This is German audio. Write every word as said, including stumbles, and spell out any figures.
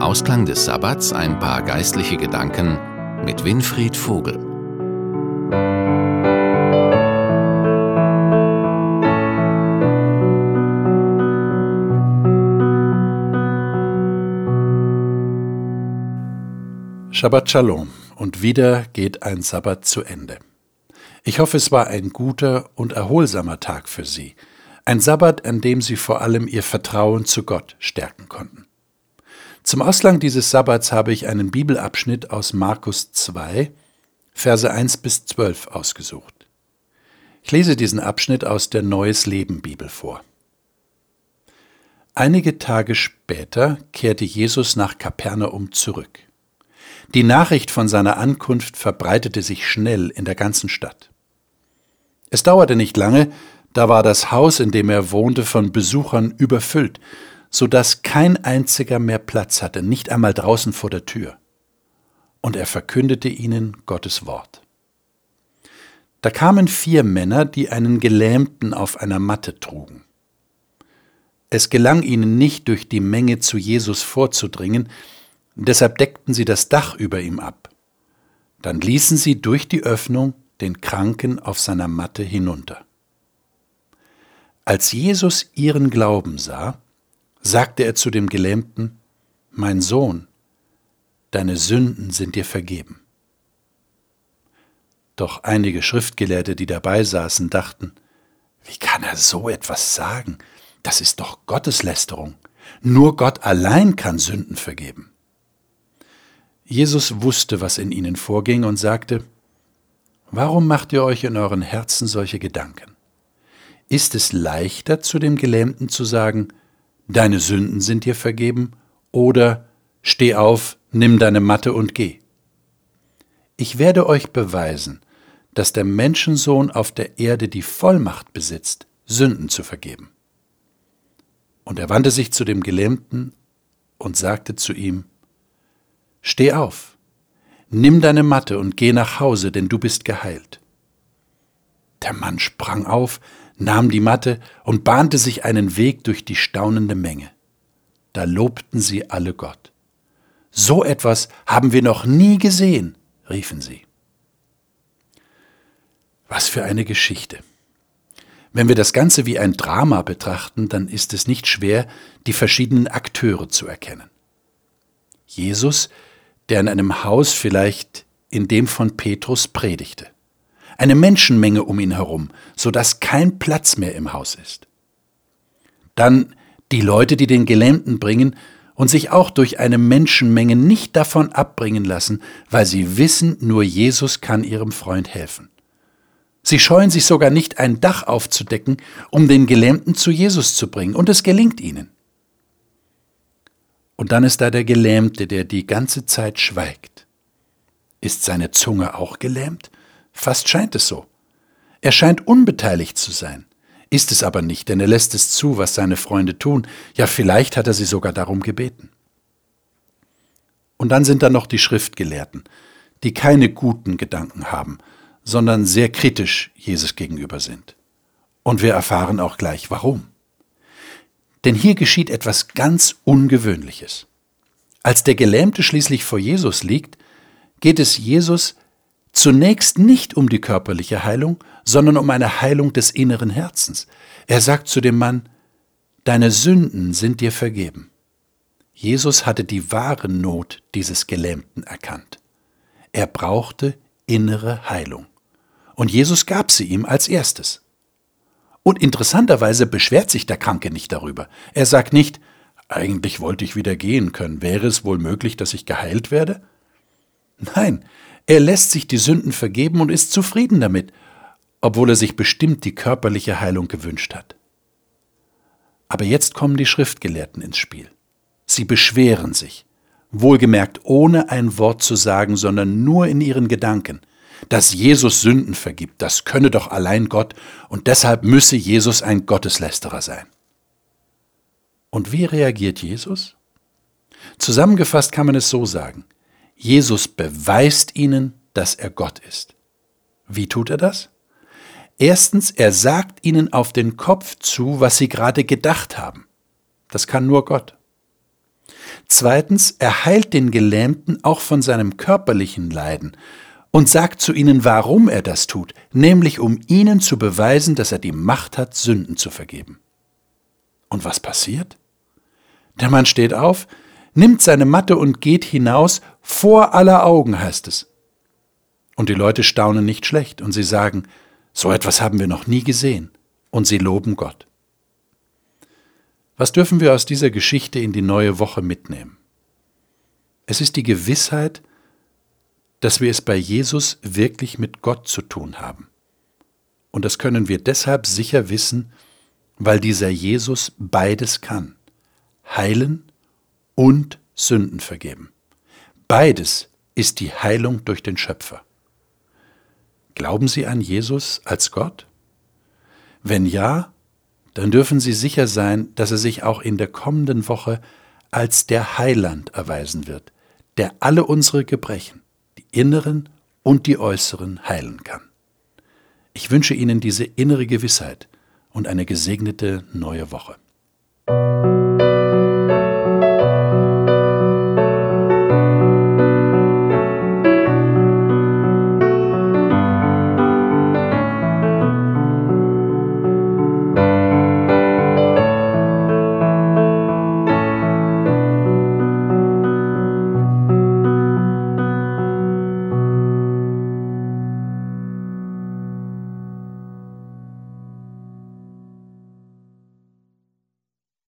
Ausklang des Sabbats ein paar geistliche Gedanken mit Winfried Vogel. Shabbat Shalom, und wieder geht ein Sabbat zu Ende. Ich hoffe, es war ein guter und erholsamer Tag für Sie. Ein Sabbat, an dem Sie vor allem Ihr Vertrauen zu Gott stärken konnten. Zum Ausklang dieses Sabbats habe ich einen Bibelabschnitt aus Markus zwei, Verse eins bis zwölf ausgesucht. Ich lese diesen Abschnitt aus der Neues Leben Bibel vor. Einige Tage später kehrte Jesus nach Kapernaum zurück. Die Nachricht von seiner Ankunft verbreitete sich schnell in der ganzen Stadt. Es dauerte nicht lange, da war das Haus, in dem er wohnte, von Besuchern überfüllt, so dass kein einziger mehr Platz hatte, nicht einmal draußen vor der Tür. Und er verkündete ihnen Gottes Wort. Da kamen vier Männer, die einen Gelähmten auf einer Matte trugen. Es gelang ihnen nicht, durch die Menge zu Jesus vorzudringen, deshalb deckten sie das Dach über ihm ab. Dann ließen sie durch die Öffnung den Kranken auf seiner Matte hinunter. Als Jesus ihren Glauben sah, sagte er zu dem Gelähmten: »Mein Sohn, deine Sünden sind dir vergeben.« Doch einige Schriftgelehrte, die dabei saßen, dachten: Wie kann er so etwas sagen? Das ist doch Gotteslästerung. Nur Gott allein kann Sünden vergeben. Jesus wusste, was in ihnen vorging, und sagte: Warum macht ihr euch in euren Herzen solche Gedanken? Ist es leichter, zu dem Gelähmten zu sagen: Deine Sünden sind dir vergeben, oder steh auf, nimm deine Matte und geh? Ich werde euch beweisen, dass der Menschensohn auf der Erde die Vollmacht besitzt, Sünden zu vergeben. Und er wandte sich zu dem Gelähmten und sagte zu ihm: Steh auf, nimm deine Matte und geh nach Hause, denn du bist geheilt. Der Mann sprang auf, nahm die Matte und bahnte sich einen Weg durch die staunende Menge. Da lobten sie alle Gott. So etwas haben wir noch nie gesehen, riefen sie. Was für eine Geschichte. Wenn wir das Ganze wie ein Drama betrachten, dann ist es nicht schwer, die verschiedenen Akteure zu erkennen. Jesus, der in einem Haus vielleicht in dem von Petrus predigte. Eine Menschenmenge um ihn herum, sodass kein Platz mehr im Haus ist. Dann die Leute, die den Gelähmten bringen und sich auch durch eine Menschenmenge nicht davon abbringen lassen, weil sie wissen, nur Jesus kann ihrem Freund helfen. Sie scheuen sich sogar nicht, ein Dach aufzudecken, um den Gelähmten zu Jesus zu bringen, und es gelingt ihnen. Und dann ist da der Gelähmte, der die ganze Zeit schweigt. Ist seine Zunge auch gelähmt? Fast scheint es so. Er scheint unbeteiligt zu sein. Ist es aber nicht, denn er lässt es zu, was seine Freunde tun. Ja, vielleicht hat er sie sogar darum gebeten. Und dann sind da noch die Schriftgelehrten, die keine guten Gedanken haben, sondern sehr kritisch Jesus gegenüber sind. Und wir erfahren auch gleich, warum. Denn hier geschieht etwas ganz Ungewöhnliches. Als der Gelähmte schließlich vor Jesus liegt, geht es Jesus zunächst nicht um die körperliche Heilung, sondern um eine Heilung des inneren Herzens. Er sagt zu dem Mann: Deine Sünden sind dir vergeben. Jesus hatte die wahre Not dieses Gelähmten erkannt. Er brauchte innere Heilung. Und Jesus gab sie ihm als erstes. Und interessanterweise beschwert sich der Kranke nicht darüber. Er sagt nicht: Eigentlich wollte ich wieder gehen können. Wäre es wohl möglich, dass ich geheilt werde? Nein, er lässt sich die Sünden vergeben und ist zufrieden damit, obwohl er sich bestimmt die körperliche Heilung gewünscht hat. Aber jetzt kommen die Schriftgelehrten ins Spiel. Sie beschweren sich, wohlgemerkt ohne ein Wort zu sagen, sondern nur in ihren Gedanken, dass Jesus Sünden vergibt. Das könne doch allein Gott, und deshalb müsse Jesus ein Gotteslästerer sein. Und wie reagiert Jesus? Zusammengefasst kann man es so sagen: Jesus beweist ihnen, dass er Gott ist. Wie tut er das? Erstens, er sagt ihnen auf den Kopf zu, was sie gerade gedacht haben. Das kann nur Gott. Zweitens, er heilt den Gelähmten auch von seinem körperlichen Leiden und sagt zu ihnen, warum er das tut, nämlich um ihnen zu beweisen, dass er die Macht hat, Sünden zu vergeben. Und was passiert? Der Mann steht auf, nimmt seine Matte und geht hinaus, vor aller Augen, heißt es. Und die Leute staunen nicht schlecht und sie sagen, so etwas haben wir noch nie gesehen, und sie loben Gott. Was dürfen wir aus dieser Geschichte in die neue Woche mitnehmen? Es ist die Gewissheit, dass wir es bei Jesus wirklich mit Gott zu tun haben. Und das können wir deshalb sicher wissen, weil dieser Jesus beides kann: heilen und Sünden vergeben. Beides ist die Heilung durch den Schöpfer. Glauben Sie an Jesus als Gott? Wenn ja, dann dürfen Sie sicher sein, dass er sich auch in der kommenden Woche als der Heiland erweisen wird, der alle unsere Gebrechen, die inneren und die äußeren, heilen kann. Ich wünsche Ihnen diese innere Gewissheit und eine gesegnete neue Woche.